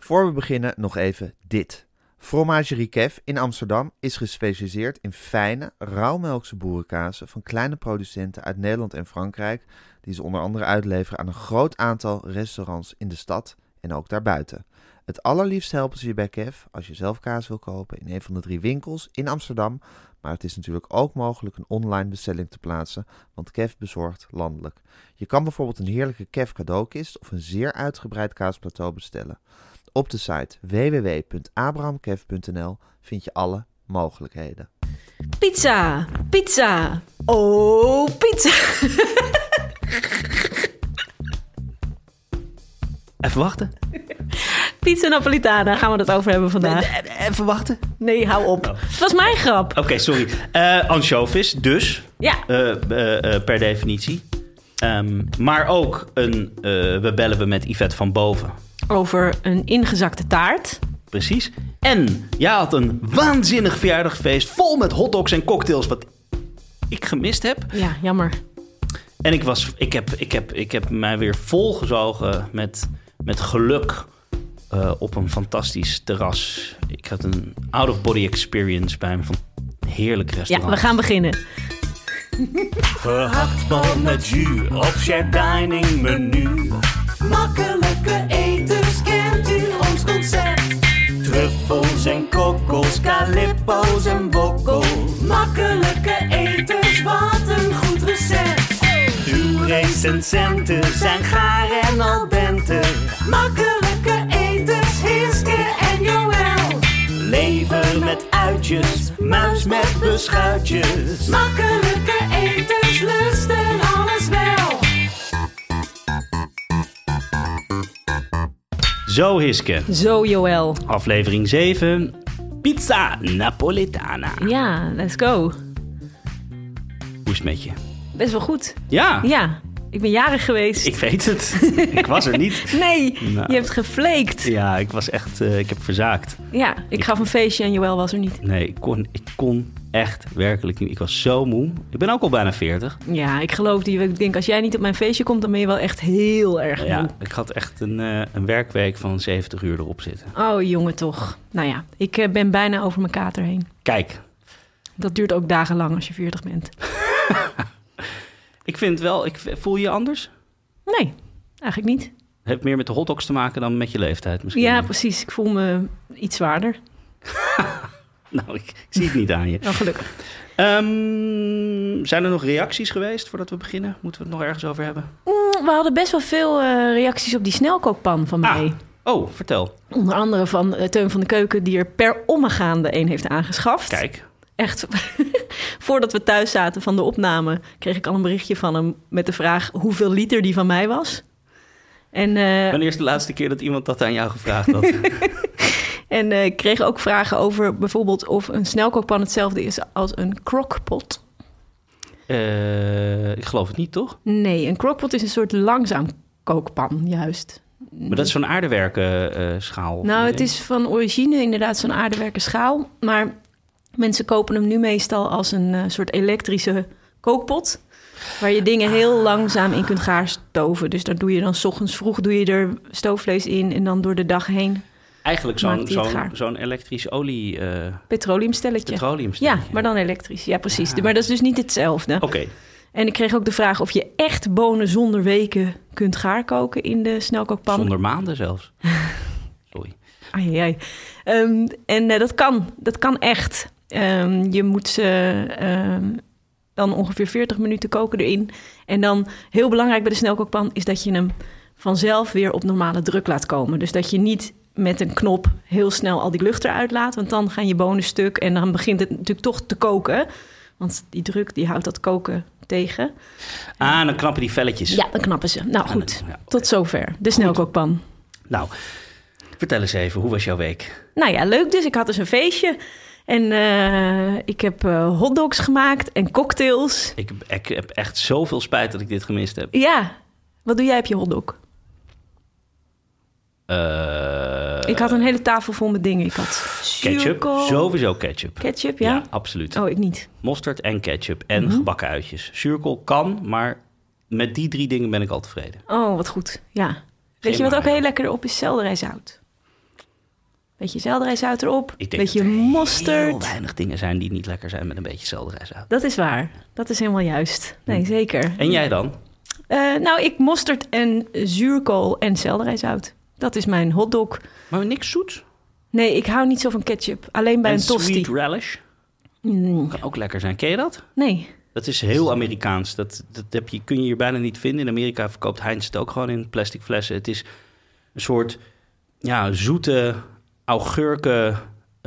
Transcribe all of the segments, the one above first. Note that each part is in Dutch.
Voor we beginnen nog even dit. Fromagerie Kev in Amsterdam is gespecialiseerd in fijne, rauwmelkse boerenkazen van kleine producenten uit Nederland en Frankrijk, die ze onder andere uitleveren aan een groot aantal restaurants in de stad en ook daarbuiten. Het allerliefst helpen ze je bij Kev als je zelf kaas wil kopen in een van de 3 winkels in Amsterdam, maar het is natuurlijk ook mogelijk een online bestelling te plaatsen, want Kev bezorgt landelijk. Je kan bijvoorbeeld een heerlijke Kev cadeaukist of een zeer uitgebreid kaasplateau bestellen. Op de site www.abrahamkev.nl vind je alle mogelijkheden. Pizza, pizza, oh pizza. Even wachten. Pizza Napolitana, gaan we het over hebben vandaag. Even wachten. Nee, hou op. Het was mijn grap. Oké, sorry. Ansjovis, dus. Ja. Per definitie. Maar ook we bellen met Yvette van Boven. Over een ingezakte taart. Precies. En jij had een waanzinnig verjaardagfeest vol met hotdogs en cocktails, wat ik gemist heb. Ja, jammer. En ik heb mij weer volgezogen met geluk op een fantastisch terras. Ik had een out-of-body experience bij een heerlijk restaurant. Ja, we gaan beginnen. Gehaktbal met jus op shared dining menu. Makkelijke eters, kent u ons concept? Truffels en kokkels, calippo's en bokkels. Makkelijke eters, wat een goed recept. Uw recensenten zijn gaar en al dente. Makkelijke eters, Hiske en Joël. Lever met uitjes, muis met beschuitjes. Makkelijke eters, lusten alles wel. Zo, Hiske. Zo, Joël. Aflevering 7. Pizza Napolitana. Ja, let's go. Hoe is het met je? Best wel goed. Ja. Ja, ik ben jarig geweest. Ik weet het. Ik was er niet. Nee, Nou. je hebt gefleekt. Ja, ik was echt... ik heb verzaakt. Ja, ik gaf een feestje en Joël was er niet. Nee, ik kon echt werkelijk niet. Ik was zo moe. Ik ben ook al bijna 40. Ja, ik geloof die. Ik denk, als jij niet op mijn feestje komt, dan ben je wel echt heel erg moe. Ja, ik had echt een werkweek van 70 uur erop zitten. Oh, jongen toch. Nou ja, ik ben bijna over mijn kater heen. Kijk. Dat duurt ook dagenlang als je 40 bent. Ik vind wel... Voel je je anders? Nee, eigenlijk niet. Heeft meer met de hotdogs te maken dan met je leeftijd misschien. Ja, precies. Ik voel me iets zwaarder. Nou, ik zie het niet aan je. Oh, gelukkig. Zijn er nog reacties geweest voordat we beginnen? Moeten we het nog ergens over hebben? We hadden best wel veel reacties op die snelkookpan van mij. Oh, vertel. Onder andere van Teun van de Keuken, die er per omgaande een heeft aangeschaft. Kijk. Echt, voordat we thuis zaten van de opname, kreeg ik al een berichtje van hem met de vraag hoeveel liter die van mij was. En, wanneer is de laatste keer dat iemand dat aan jou gevraagd had? En ik kreeg ook vragen over bijvoorbeeld of een snelkookpan hetzelfde is als een crockpot. Ik geloof het niet, toch? Nee, een crockpot is een soort langzaam kookpan, juist. Maar dat is zo'n aardewerken schaal. Nou, het is van origine inderdaad zo'n aardewerken schaal. Maar mensen kopen hem nu meestal als een soort elektrische kookpot. Waar je dingen heel langzaam in kunt gaarstoven. Dus daar doe je dan 's ochtends vroeg doe je er stoofvlees in en dan door de dag heen. Eigenlijk maakt hij het gaar. zo'n elektrisch olie... Petroleumstelletje. Ja, maar dan elektrisch. Ja, precies. Ja. Maar dat is dus niet hetzelfde. Oké. En ik kreeg ook de vraag of je echt bonen zonder weken kunt gaarkoken in de snelkookpan. Zonder maanden zelfs. Sorry. Ai, ai. En dat kan echt. Je moet ze dan ongeveer 40 minuten koken erin. En dan, heel belangrijk bij de snelkookpan, is dat je hem vanzelf weer op normale druk laat komen. Dus dat je niet met een knop heel snel al die lucht eruit laat. Want dan gaan je bonen stuk en dan begint het natuurlijk toch te koken. Want die druk die houdt dat koken tegen. Ah, dan knappen die velletjes. Ja, dan knappen ze. Nou goed, Ja, okay. Tot zover. De snelkookpan. Nou, vertel eens even, hoe was jouw week? Nou ja, leuk dus. Ik had dus een feestje. En ik heb hotdogs gemaakt en cocktails. Ik heb echt zoveel spijt dat ik dit gemist heb. Ja. Wat doe jij op je hotdog? Ik had een hele tafel vol met dingen. Ik had ketchup, zuurkool. sowieso ketchup. Ketchup, ja? Ja, absoluut. Oh, ik niet. Mosterd en ketchup en gebakken uitjes. Zuurkool kan, maar met die 3 dingen ben ik al tevreden. Oh, wat goed. Ja. Weet je wat ook heel lekker erop is? Selderijzout. Beetje selderijzout erop. Ik denk beetje dat er mosterd. heel weinig dingen zijn die niet lekker zijn met een beetje selderijzout. Dat is waar. Dat is helemaal juist. Nee, zeker. En jij dan? Nou, ik mosterd en zuurkool en selderijzout. Dat is mijn hotdog. Maar niks zoets? Nee, ik hou niet zo van ketchup. Alleen bij En een tosti. sweet relish? Kan ook lekker zijn. Ken je dat? Nee. Dat is heel Amerikaans. Dat kun je hier bijna niet vinden. In Amerika verkoopt Heinz het ook gewoon in plastic flessen. Het is een soort zoete augurken...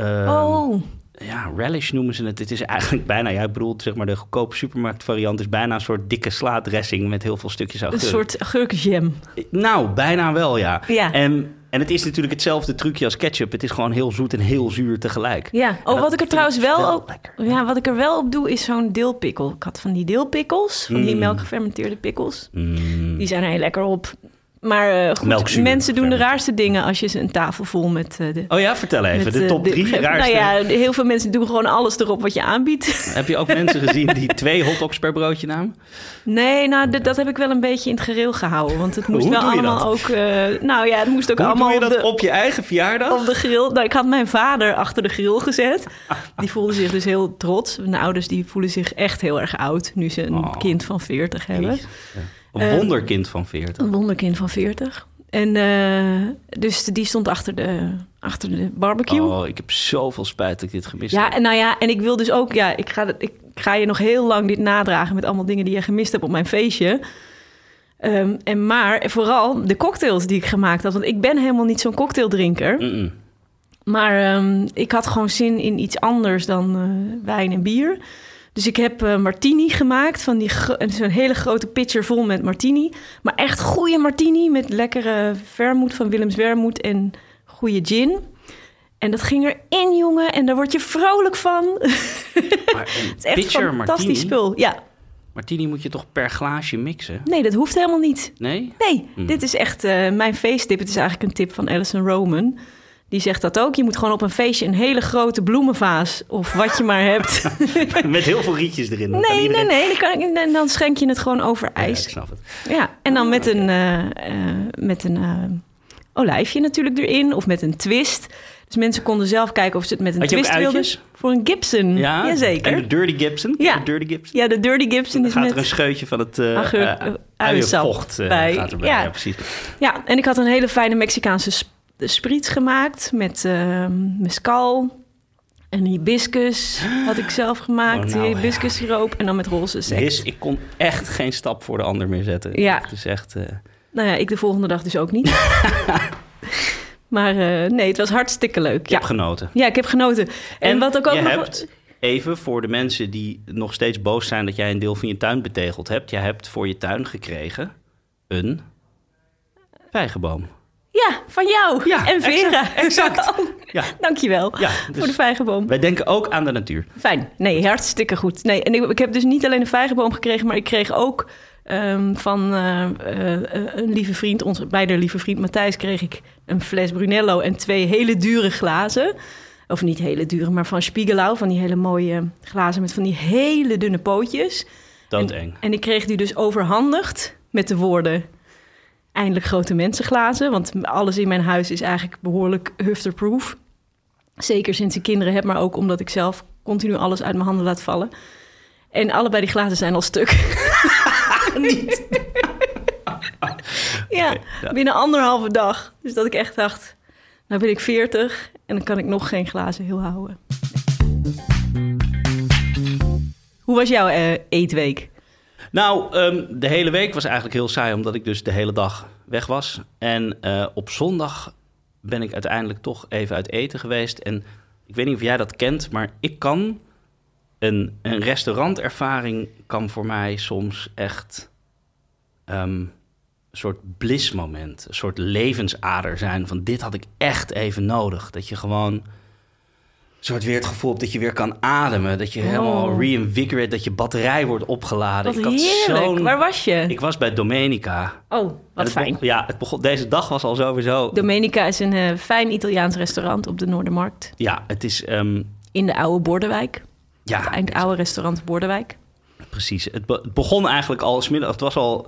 Ja, relish noemen ze het. Het is eigenlijk bijna... Ja, ik bedoel, zeg maar de goedkope supermarktvariant is bijna een soort dikke slaadressing met heel veel stukjes augurk. Een soort augurkenjam. Nou, bijna wel, ja. Ja. En het is natuurlijk hetzelfde trucje als ketchup. Het is gewoon heel zoet en heel zuur tegelijk. Ja. Wat ik er trouwens wel lekker. Ja, wat ik er wel op doe is zo'n deelpikkel. Ik had van die deelpikkels, van die melkgefermenteerde pikkels. Die zijn er heel lekker op. Maar goed, Melkzuur, mensen doen de raarste dingen als je ze een tafel vol met... Oh ja, vertel even. De top 3 raarste. Nou ja, heel veel mensen doen gewoon alles erop wat je aanbiedt. Heb je ook mensen gezien die 2 hotdogs per broodje namen? Nee, nou, dat heb ik wel een beetje in het gereel gehouden. Want het moest Hoe wel doe je allemaal dat? ook... het moest ook Hoe allemaal doe je dat op je eigen verjaardag? op de grill. Nou, ik had mijn vader achter de grill gezet. Die voelde zich dus heel trots. Mijn ouders die voelen zich echt heel erg oud... nu ze een kind van 40 hebben. Ja. Een wonderkind van 40. Een wonderkind van 40. En dus die stond achter de barbecue. Oh, ik heb zoveel spijt dat ik dit gemist heb. En ik wil dus ook... Ja, ik ga je nog heel lang dit nadragen... met allemaal dingen die je gemist hebt op mijn feestje. Maar vooral de cocktails die ik gemaakt had. Want ik ben helemaal niet zo'n cocktaildrinker. Mm-mm. Maar ik had gewoon zin in iets anders dan wijn en bier. Dus ik heb martini gemaakt. Van zo'n hele grote pitcher vol met martini. Maar echt goede martini met lekkere vermoed van Willems Vermoed en goede gin. En dat ging erin, jongen. En daar word je vrolijk van. Maar Het is echt een fantastisch martini? spul. Ja. Martini moet je toch per glaasje mixen? Nee, dat hoeft helemaal niet. Nee? Nee, dit is echt mijn feesttip. Het is eigenlijk een tip van Alison Roman. Die zegt dat ook. Je moet gewoon op een feestje een hele grote bloemenvaas... of wat je maar hebt. Met heel veel rietjes erin. Nee. Dan schenk je het gewoon over ijs. Ja, ik snap het. Ja, en dan met een olijfje natuurlijk erin. Of met een twist. Dus mensen konden zelf kijken of ze het met een Had je ook twist wilden. uitjes? Voor een Gibson. Ja? Jazeker. En de Dirty Gibson? Ja. De Dirty Gibson? Ja, de Dirty Gibson Dan is gaat met... er een scheutje van het uiensap uienvocht bij. gaat erbij. Ja. Ja, precies. Ja, en ik had een hele fijne Mexicaanse spritz gemaakt met mezcal en hibiscus had ik zelf gemaakt. Hibiscussiroop en dan met roze seks. Ik kon echt geen stap voor de ander meer zetten. Ja. Het is echt... Nou ja, ik de volgende dag dus ook niet. Maar nee, het was hartstikke leuk. Ik heb genoten. Ja, ik heb genoten. En wat ook je nog... hebt, even voor de mensen die nog steeds boos zijn... dat jij een deel van je tuin betegeld hebt... jij hebt voor je tuin gekregen een vijgenboom. Ja, van jou Ja, en Vera. exact. Ja. Dankjewel voor de vijgenboom. Wij denken ook aan de natuur. Fijn. Nee, hartstikke goed. Nee, en ik heb dus niet alleen een vijgenboom gekregen... maar ik kreeg ook van een lieve vriend... bij de lieve vriend Matthijs kreeg ik een fles Brunello... en 2 hele dure glazen. Of niet hele dure, maar van Spiegelau. Van die hele mooie glazen met van die hele dunne pootjes. Doodeng. En ik kreeg die dus overhandigd met de woorden... eindelijk grote mensenglazen. Want alles in mijn huis is eigenlijk behoorlijk hufterproof. Zeker sinds ik kinderen heb, maar ook omdat ik zelf continu alles uit mijn handen laat vallen. En allebei die glazen zijn al stuk. Niet. Ja, binnen 1,5 dag. Dus dat ik echt dacht, nou ben ik 40 en dan kan ik nog geen glazen heel houden. Hoe was jouw eetweek? Nou, de hele week was eigenlijk heel saai... omdat ik dus de hele dag weg was. En op zondag ben ik uiteindelijk toch even uit eten geweest. En ik weet niet of jij dat kent, maar ik kan... Een restaurantervaring kan voor mij soms echt... een soort blissmoment, een soort levensader zijn... van dit had ik echt even nodig. Dat je gewoon... een soort weer het gevoel hebt dat je weer kan ademen. Dat je helemaal reinvigorate, dat je batterij wordt opgeladen. Wat heerlijk. Waar was je? Ik was bij Domenica. Oh, wat fijn. Deze dag was al sowieso... Domenica is een fijn Italiaans restaurant op de Noordermarkt. Ja, het is... in de oude Bordewijk. Ja, het oude restaurant Bordewijk. Precies. Het begon eigenlijk al 's middags. Het was al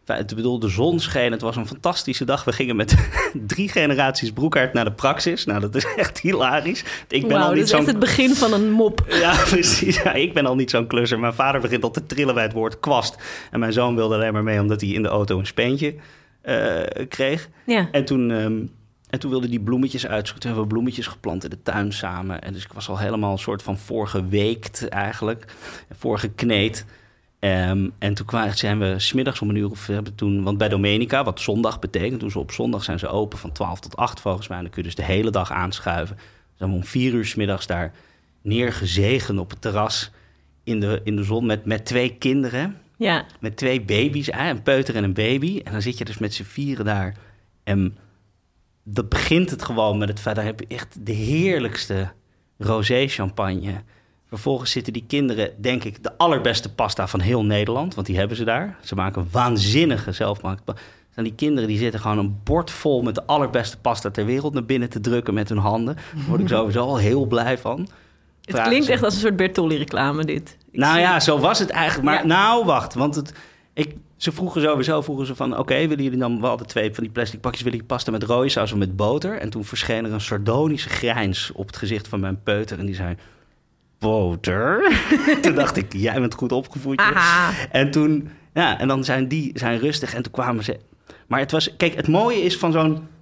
De zon scheen. Het was een fantastische dag. We gingen met 3 generaties Broekhaart naar de Praxis. Nou, dat is echt hilarisch. Ik ben al niet dat is echt het begin van een mop. Ja, precies. Ja, ik ben al niet zo'n klusser. Mijn vader begint al te trillen bij het woord kwast. En mijn zoon wilde alleen maar mee omdat hij in de auto een speentje kreeg. Ja. En toen wilde hij bloemetjes uitzoeken. Toen hebben we bloemetjes geplant in de tuin samen. En dus ik was al helemaal een soort van voorgeweekt eigenlijk. Voorgekneed. En toen zijn we 's middags om 1:00 want bij Domenica, wat zondag betekent, toen ze op zondag zijn ze open van 12 tot 8 volgens mij. En dan kun je dus de hele dag aanschuiven. Dan zijn we om 4:00 's middags daar neergezegen op het terras in de zon met 2 kinderen. Ja. Met 2 baby's, een peuter en een baby. En dan zit je dus met z'n 4 daar. En dat begint het gewoon met het feit, daar heb je echt de heerlijkste rosé champagne. Vervolgens zitten die kinderen, denk ik, de allerbeste pasta van heel Nederland. Want die hebben ze daar. Ze maken waanzinnige zelfgemaakte pasta. En die kinderen die zitten gewoon een bord vol met de allerbeste pasta ter wereld naar binnen te drukken met hun handen. Daar word ik sowieso al heel blij van. Het klinkt echt als een soort Bertolli-reclame, dit. Ja, zo was het eigenlijk. Maar nou, wacht. Want ze vroegen van, oké, willen jullie dan... We hadden 2 van die plastic pakjes, willen jullie pasta met rode saus of met boter? En toen verscheen er een sardonische grijns op het gezicht van mijn peuter. En die zei... boter. Toen dacht ik, jij bent goed opgevoed. En toen, en dan zijn rustig en toen kwamen ze. Maar het was, kijk, het mooie is van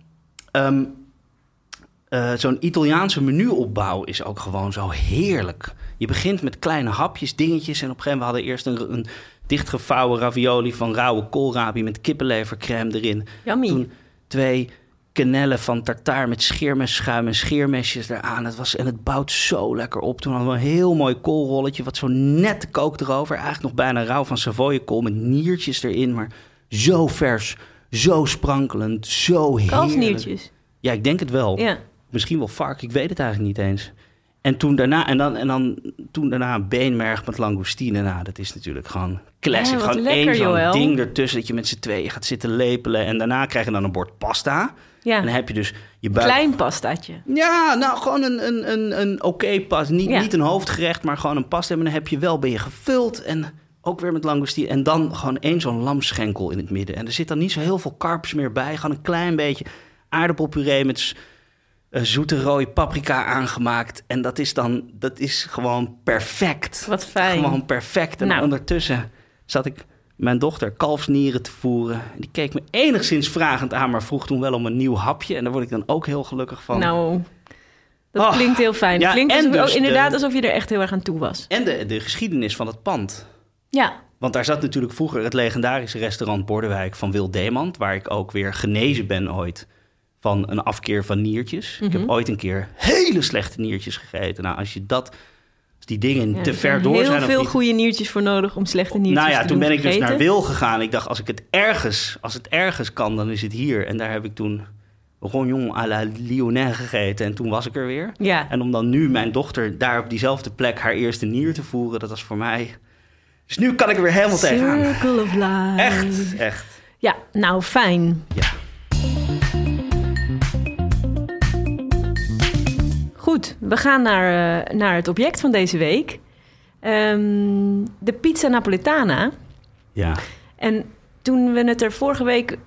zo'n Italiaanse menuopbouw is ook gewoon zo heerlijk. Je begint met kleine hapjes, dingetjes en op een gegeven moment hadden we eerst een dichtgevouwen ravioli van rauwe koolrabi met kippenlevercrème erin. Yummy. Toen 2 quenelle van tartaar met scheermesschuim en scheermesjes eraan. Het bouwt zo lekker op. Toen hadden we een heel mooi koolrolletje, wat zo net kookt erover. Eigenlijk nog bijna rauw van Savoyekool met niertjes erin, maar zo vers, zo sprankelend, zo heerlijk. Kalfsniertjes? Ja, ik denk het wel. Ja. Misschien wel vark, ik weet het eigenlijk niet eens. En toen daarna beenmerg met langoustine. Nou, dat is natuurlijk gewoon classic. Gewoon lekker, één zo'n Joël. ding ertussen dat je met z'n tweeën gaat zitten lepelen. En daarna krijg je dan een bord pasta. Ja. En dan heb je dus je buik... Klein pastaatje. Ja, nou gewoon een oké pasta. Niet een hoofdgerecht, maar gewoon een pasta. En dan ben je gevuld en ook weer met langoustine. En dan gewoon 1 zo'n lamsschenkel in het midden. En er zit dan niet zo heel veel karps meer bij. Gewoon een klein beetje aardappelpuree met zoete rode paprika aangemaakt. En dat is gewoon perfect. Wat fijn. Gewoon perfect. En ondertussen zat ik mijn dochter kalfsnieren te voeren. Die keek me enigszins vragend aan, maar vroeg toen wel om een nieuw hapje. En daar word ik dan ook heel gelukkig van. Nou, dat klinkt heel fijn. Ja, klinkt en alsof, dus inderdaad alsof je er echt heel erg aan toe was. En de geschiedenis van het pand. Ja. Want daar zat natuurlijk vroeger het legendarische restaurant Bordewijk van Wil Demand, waar ik ook weer genezen ben ooit van een afkeer van niertjes. Ik heb ooit een keer hele slechte niertjes gegeten. Nou, als die dingen te ver door zijn... Er heel veel goede niertjes voor nodig om slechte niertjes te doen. Nou ja, toen ben ik dus vergeten. naar Wil gegaan. Ik dacht, als het ergens kan, dan is het hier. En daar heb ik toen rognon à la lyonnaise gegeten. En toen was ik er weer. Ja. En om dan nu mijn dochter daar op diezelfde plek haar eerste nier te voeren, dat was voor mij... Dus nu kan ik er weer helemaal tegenaan. Circle of life. Echt. Ja, nou fijn. Ja. Goed, we gaan naar het object van deze week. De pizza Napoletana. Ja. En toen we het er vorige week...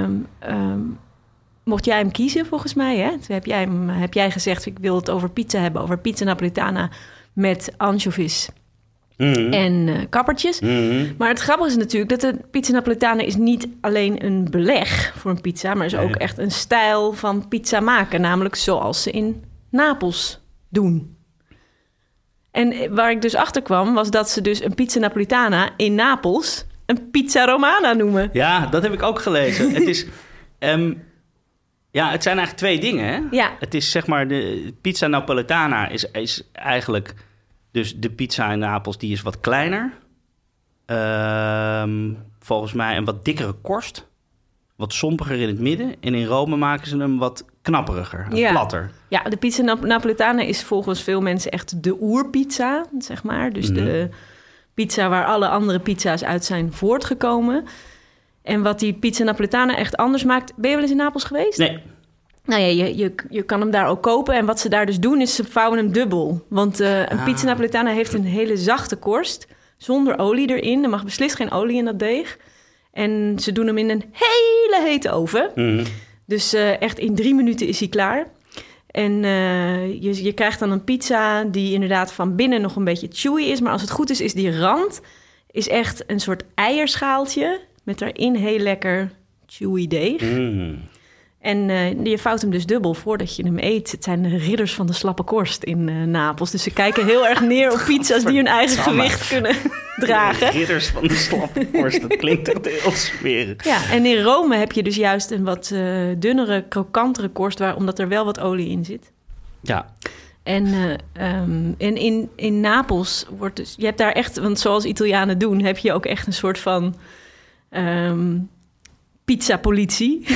mocht jij hem kiezen, volgens mij, hè? Toen heb jij gezegd, ik wil het over pizza hebben. Over pizza Napoletana met anchovies en kappertjes. Maar het grappige is natuurlijk dat de pizza Napoletana is niet alleen een beleg voor een pizza, maar is ook echt een stijl van pizza maken. Namelijk zoals ze in Napels doen. En waar ik dus achter kwam, was dat ze dus een pizza Napoletana in Napels een pizza Romana noemen. Ja, dat heb ik ook gelezen. Het is... het zijn eigenlijk 2 dingen, hè? Ja. Het is zeg maar, de pizza Napoletana is eigenlijk... Dus de pizza in Napels, die is wat kleiner. Volgens mij een wat dikkere korst. Wat sompiger in het midden. En in Rome maken ze hem wat knapperiger, platter. Ja, de pizza Napoletana is volgens veel mensen echt de oerpizza, zeg maar. Dus de pizza waar alle andere pizza's uit zijn voortgekomen. En wat die pizza Napoletana echt anders maakt... Ben je wel eens in Napels geweest? Nee. Nou ja, je kan hem daar ook kopen. En wat ze daar dus doen, is ze vouwen hem dubbel. Want een pizza Napoletana heeft een hele zachte korst, zonder olie erin. Er mag beslist geen olie in dat deeg. En ze doen hem in een hele hete oven. Mhm. Dus echt in 3 minuten is hij klaar. En je krijgt dan een pizza die inderdaad van binnen nog een beetje chewy is. Maar als het goed is die rand is echt een soort eierschaaltje met daarin heel lekker chewy deeg. Mm. En je vouwt hem dus dubbel voordat je hem eet. Het zijn de ridders van de slappe korst in Napels. Dus ze kijken heel erg neer op pizza's die hun eigen gewicht kunnen dragen. Ridders van de slappe korst, dat klinkt echt heel smerig. Ja, en in Rome heb je dus juist een wat dunnere, krokantere korst, omdat er wel wat olie in zit. Ja. En in Napels wordt dus... Je hebt daar echt, want zoals Italianen doen, heb je ook echt een soort van pizzapolitie.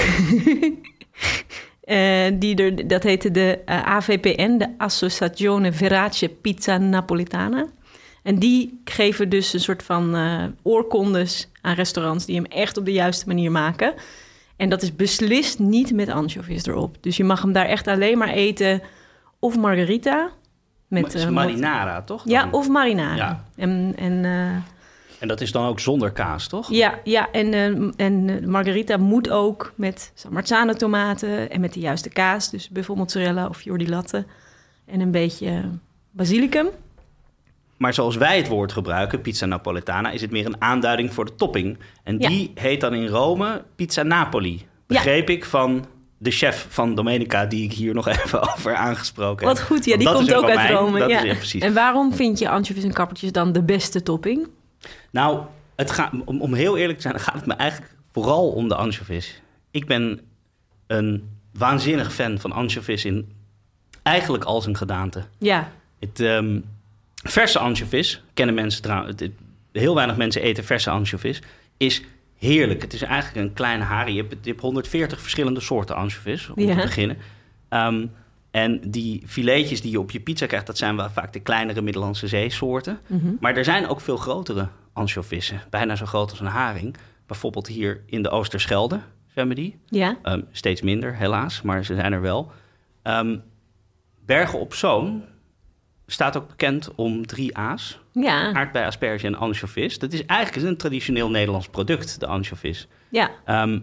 Dat heette de AVPN, de Associazione Verace Pizza Napolitana. En die geven dus een soort van oorkondes aan restaurants die hem echt op de juiste manier maken. En dat is beslist niet met anchovies erop. Dus je mag hem daar echt alleen maar eten of margarita. Met marinara, toch? Dan? Ja, of marinara. Ja. En dat is dan ook zonder kaas, toch? Ja, en margarita moet ook met San Marzano tomaten en met de juiste kaas. Dus bijvoorbeeld mozzarella of fior di latte en een beetje basilicum. Maar zoals wij het woord gebruiken, pizza napoletana, is het meer een aanduiding voor de topping. En die heet dan in Rome pizza Napoli. Begreep ik van de chef van Domenica, die ik hier nog even over aangesproken heb. Wat goed, ja, die komt ook uit Rome. Dat ja. is precies. En waarom vind je anchovies en kappertjes dan de beste topping? Nou, om heel eerlijk te zijn, gaat het me eigenlijk vooral om de anchovies. Ik ben een waanzinnig fan van anchovies in eigenlijk al zijn gedaante. Ja. Verse anchovies, kennen mensen trouwens, heel weinig mensen eten verse anchovies, is heerlijk. Het is eigenlijk een kleine haring. Je hebt 140 verschillende soorten anchovies, om te beginnen. En die filetjes die je op je pizza krijgt, dat zijn wel vaak de kleinere Middellandse zeesoorten. Mm-hmm. Maar er zijn ook veel grotere anchovissen, bijna zo groot als een haring. Bijvoorbeeld hier in de Oosterschelde, zijn we die? Ja. Steeds minder, helaas, maar ze zijn er wel. Bergen op Zoom staat ook bekend om 3 A's. Ja. Aardbei, asperge en anchovies. Dat is eigenlijk een traditioneel Nederlands product, de anchovies. Ja. En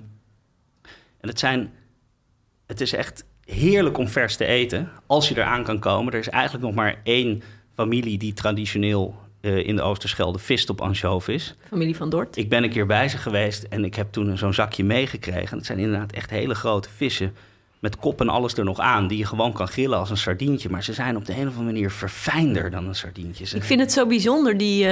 het is echt heerlijk om vers te eten, als je eraan kan komen. Er is eigenlijk nog maar 1 familie die traditioneel in de Oosterschelde vist op anchovies. Familie van Dort. Ik ben een keer bij ze geweest en ik heb toen zo'n zakje meegekregen. Het zijn inderdaad echt hele grote vissen met kop en alles er nog aan, die je gewoon kan grillen als een sardientje. Maar ze zijn op de een of andere manier verfijnder dan een sardientje. Ik vind het zo bijzonder.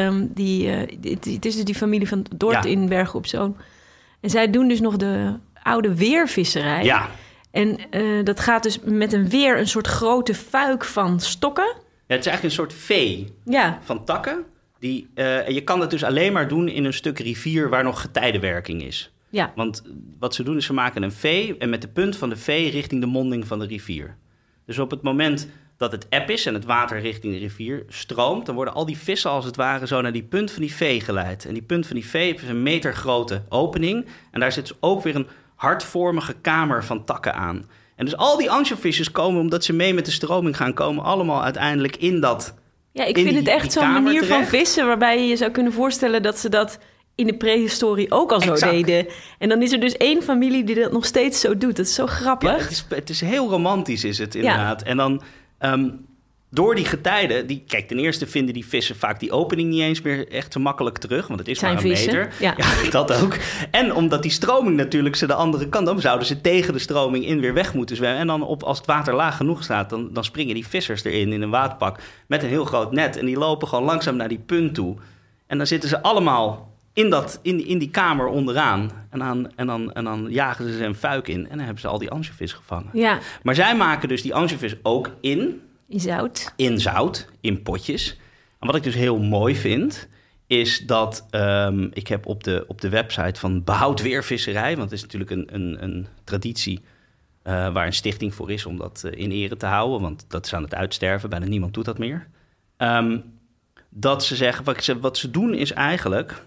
Het is dus die familie van Dort in Bergen op Zoom. En zij doen dus nog de oude weervisserij. Ja. En dat gaat dus met een soort grote fuik van stokken. Ja, het is eigenlijk een soort vee van takken. En je kan dat dus alleen maar doen in een stuk rivier waar nog getijdenwerking is. Ja. Want wat ze doen is ze maken een vee en met de punt van de vee richting de monding van de rivier. Dus op het moment dat het eb is en het water richting de rivier stroomt, dan worden al die vissen als het ware zo naar die punt van die vee geleid. En die punt van die vee heeft een metergrote opening. En daar zit dus ook weer een hartvormige kamer van takken aan. En dus al die anchovisjes komen, omdat ze mee met de stroming gaan komen, allemaal uiteindelijk in dat. Ja, ik vind het echt zo'n manier terecht van vissen waarbij je je zou kunnen voorstellen dat ze dat in de prehistorie ook al zo deden. En dan is er dus 1 familie die dat nog steeds zo doet. Dat is zo grappig. Ja, het is heel romantisch, is het inderdaad. Ja. En dan door die getijden, kijk, ten eerste vinden die vissen vaak die opening niet eens meer echt zo makkelijk terug, want het is maar een meter. Ja, dat ook. En omdat die stroming natuurlijk ze de andere kant, dan zouden ze tegen de stroming in weer weg moeten zwemmen. En dan als het water laag genoeg staat, dan springen die vissers erin in een waterpak met een heel groot net. En die lopen gewoon langzaam naar die punt toe. En dan zitten ze allemaal in die kamer onderaan. En dan jagen ze een fuik in. En dan hebben ze al die anchovies gevangen. Ja. Maar zij maken dus die anchovies ook in zout. In zout, in potjes. En wat ik dus heel mooi vind, is dat ik heb op de website van Behoud Weervisserij, want het is natuurlijk een traditie waar een stichting voor is om dat in ere te houden, want dat is aan het uitsterven, bijna niemand doet dat meer. Dat ze zeggen, wat ze doen is eigenlijk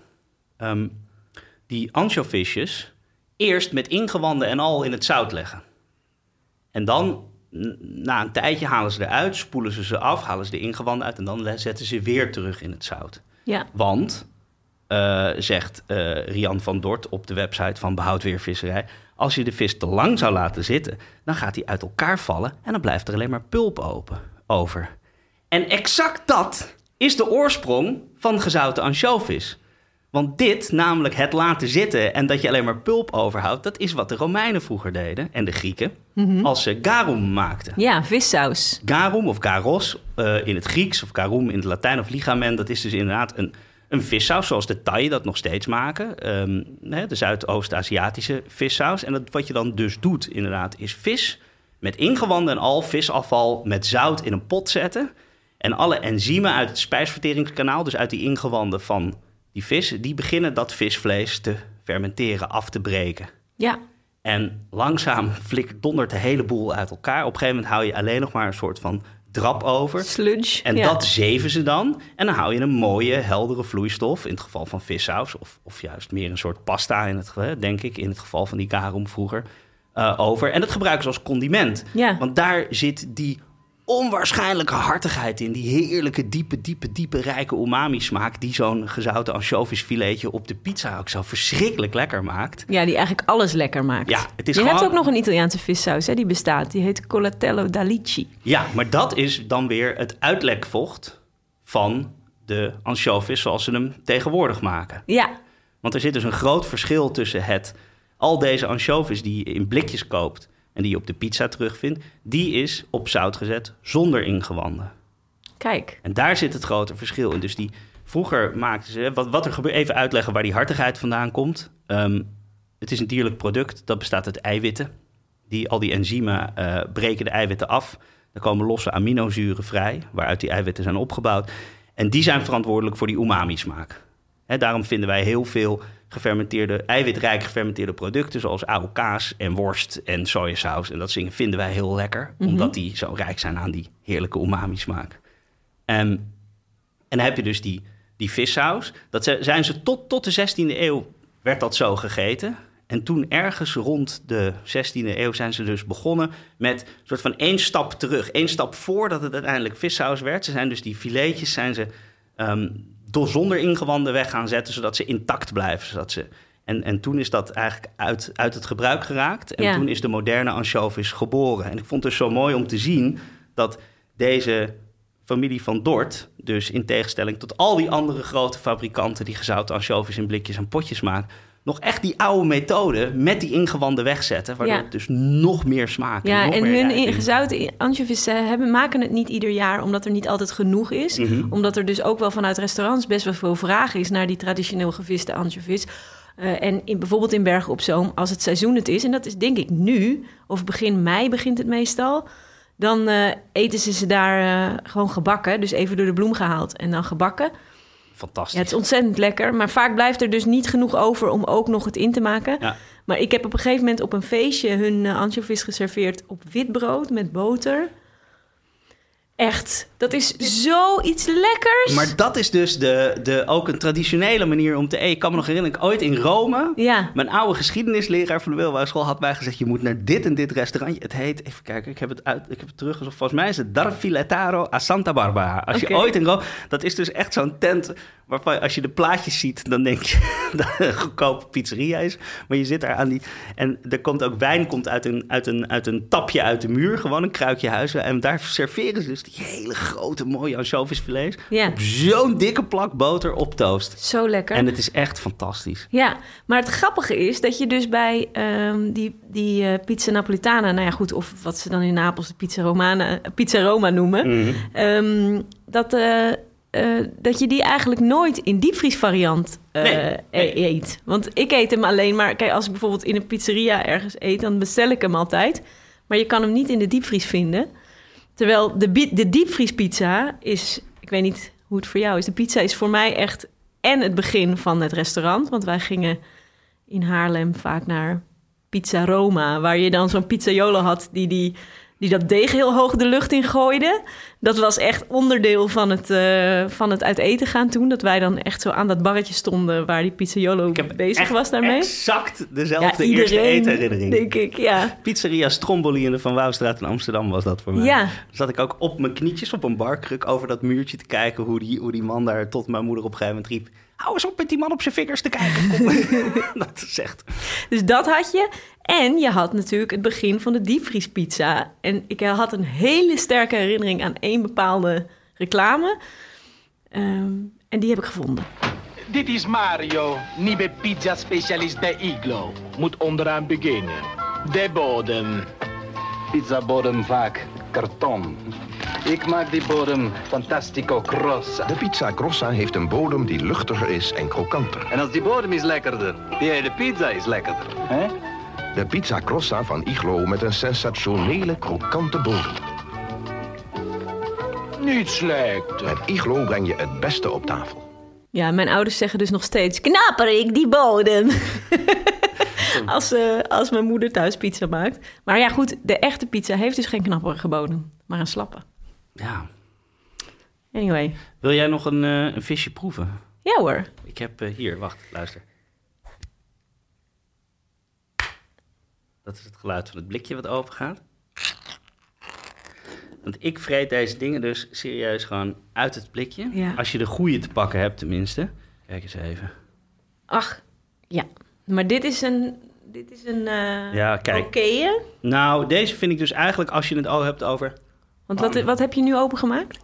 die anchovisjes eerst met ingewanden en al in het zout leggen. En dan, na een tijdje, halen ze eruit, spoelen ze af, halen ze de ingewanden uit en dan zetten ze weer terug in het zout. Ja. Want zegt Rian van Dort op de website van Behoud Weervisserij... als je de vis te lang zou laten zitten, dan gaat hij uit elkaar vallen... en dan blijft er alleen maar pulp over. En exact dat is de oorsprong van gezouten ansjovis. Want dit, namelijk het laten zitten en dat je alleen maar pulp overhoudt... dat is wat de Romeinen vroeger deden en de Grieken... als ze garum maakten. Ja, vissaus. Garum of garos in het Grieks of garum in het Latijn of ligamen... dat is dus inderdaad een vissaus zoals de Thai dat nog steeds maken. De Zuidoost-Aziatische vissaus. En wat je dan dus doet inderdaad is vis met ingewanden en al visafval met zout in een pot zetten... en alle enzymen uit het spijsverteringskanaal, dus uit die ingewanden van die vis... die beginnen dat visvlees te fermenteren, af te breken. Ja. En langzaam dondert de hele boel uit elkaar. Op een gegeven moment hou je alleen nog maar een soort van drap over. Sludge. En dat zeven ze dan. En dan hou je een mooie, heldere vloeistof... in het geval van vissaus of juist meer een soort pasta... denk ik, in het geval van die garum vroeger, over. En dat gebruiken ze als condiment. Ja. Want daar zit die onwaarschijnlijke hartigheid in. Die heerlijke, diepe, rijke umami-smaak... die zo'n gezouten ansjovisfiletje op de pizza ook zo verschrikkelijk lekker maakt. Ja, die eigenlijk alles lekker maakt. Ja, het is Je hebt ook nog een Italiaanse vissaus, hè, die bestaat. Die heet Colatello d'Alici. Ja, maar dat is dan weer het uitlekvocht van de ansjovis... zoals ze hem tegenwoordig maken. Ja. Want er zit dus een groot verschil tussen al deze ansjovis die je in blikjes koopt... en die je op de pizza terugvindt, die is op zout gezet zonder ingewanden. Kijk. En daar zit het grote verschil in. Dus vroeger maakten ze... Wat er gebeurt, even uitleggen waar die hartigheid vandaan komt. Het is een dierlijk product, dat bestaat uit eiwitten. Al die enzymen breken de eiwitten af. Er komen losse aminozuren vrij, waaruit die eiwitten zijn opgebouwd. En die zijn verantwoordelijk voor die umami-smaak. Daarom vinden wij heel veel eiwitrijk gefermenteerde producten... zoals oude kaas en worst en sojasaus. En dat soort dingen vinden wij heel lekker... omdat die zo rijk zijn aan die heerlijke umami-smaak. En dan heb je dus die vissaus. Dat zijn ze tot de 16e eeuw werd dat zo gegeten. En toen ergens rond de 16e eeuw zijn ze dus begonnen... met een soort van 1 stap terug. 1 stap voordat het uiteindelijk vissaus werd. Ze zijn dus die filetjes zonder ingewanden weg gaan zetten... zodat ze intact blijven. En toen is dat eigenlijk uit het gebruik geraakt. En toen is de moderne ansjovis geboren. En ik vond het dus zo mooi om te zien... dat deze familie van Dort... dus in tegenstelling tot al die andere grote fabrikanten... die gezouten ansjovis in blikjes en potjes maken... nog echt die oude methode met die ingewanden wegzetten... waardoor het dus nog meer smaak en nog meer hun gezouten ansjovis maken het niet ieder jaar... omdat er niet altijd genoeg is. Omdat er dus ook wel vanuit restaurants best wel veel vraag is... naar die traditioneel geviste ansjovis. Bijvoorbeeld in Bergen op Zoom, als het seizoen het is... en dat is denk ik nu, of begin mei begint het meestal... dan eten ze daar gewoon gebakken. Dus even door de bloem gehaald en dan gebakken... Fantastisch. Ja, het is ontzettend lekker. Maar vaak blijft er dus niet genoeg over om ook nog het in te maken. Ja. Maar ik heb op een gegeven moment op een feestje hun ansjovis geserveerd op wit brood met boter. Echt, dat is zoiets lekkers. Maar dat is dus ook een traditionele manier om te eten. Ik kan me nog herinneren, ooit in Rome... mijn oude geschiedenisleraar van de middelbare had mij gezegd... je moet naar dit en dit restaurantje. Het heet, even kijken, ik heb het teruggezocht. Volgens mij is het Dar Filetaro a Santa Barbara. Als je ooit in Rome... Dat is dus echt zo'n tent... waarvan als je de plaatjes ziet, dan denk je dat het een goedkope pizzeria is. Maar je zit daar aan die... En er komt ook wijn uit een tapje uit de muur. Gewoon een kruikje huizen. En daar serveren ze dus die hele grote, mooie ansjovisfilets. Ja. Op zo'n dikke plak boter op toast. Zo lekker. En het is echt fantastisch. Ja, maar het grappige is dat je dus bij die pizza Napolitana... nou ja, goed, of wat ze dan in Napels de pizza Roma noemen... dat je die eigenlijk nooit in diepvriesvariant eet. Want ik eet hem alleen maar... Kijk, als ik bijvoorbeeld in een pizzeria ergens eet... dan bestel ik hem altijd. Maar je kan hem niet in de diepvries vinden. Terwijl de diepvriespizza is... Ik weet niet hoe het voor jou is. De pizza is voor mij echt en het begin van het restaurant. Want wij gingen in Haarlem vaak naar Pizza Roma... waar je dan zo'n pizzaiolo had die dat deeg heel hoog de lucht in gooide. Dat was echt onderdeel van het uit eten gaan toen. Dat wij dan echt zo aan dat barretje stonden... waar die pizzaiolo bezig was daarmee. Exact dezelfde eerste eetherinnering. Denk ik, ja. Pizzeria Stromboli in de Van Wouwstraat in Amsterdam was dat voor mij. Ja. Dan zat ik ook op mijn knietjes op een barkruk... over dat muurtje te kijken hoe die man daar tot mijn moeder op een gegeven moment riep... hou eens op met die man op zijn vingers te kijken. Dat is echt... Dus dat had je. En je had natuurlijk het begin van de diepvriespizza. En ik had een hele sterke herinnering aan één bepaalde reclame. En die heb ik gevonden. Dit is Mario, nieuwe pizza-specialist bij Iglo. Moet onderaan beginnen. De bodem. Pizzabodem vaak karton. Ik maak die bodem fantastico grossa. De pizza grossa heeft een bodem die luchtiger is en krokanter. En als die bodem is lekkerder, die hele pizza is lekkerder. Hè? De pizza grossa van Iglo met een sensationele krokante bodem. Niet slecht. Met Iglo breng je het beste op tafel. Ja, mijn ouders zeggen dus nog steeds... knapperik, die bodem. Als mijn moeder thuis pizza maakt. Maar ja, goed, de echte pizza heeft dus geen knapperige bodem. Maar een slappe. Ja. Anyway. Wil jij nog een visje proeven? Ja hoor. Ik heb hier, wacht, luister. Dat is het geluid van het blikje wat open gaat. Want ik vreet deze dingen dus serieus gewoon uit het blikje. Ja. Als je de goede te pakken hebt tenminste. Kijk eens even. Ach, ja. Maar dit is een Ja, kijk. oké. Nou, deze vind ik dus eigenlijk als je het al hebt over... Want wat heb je nu opengemaakt?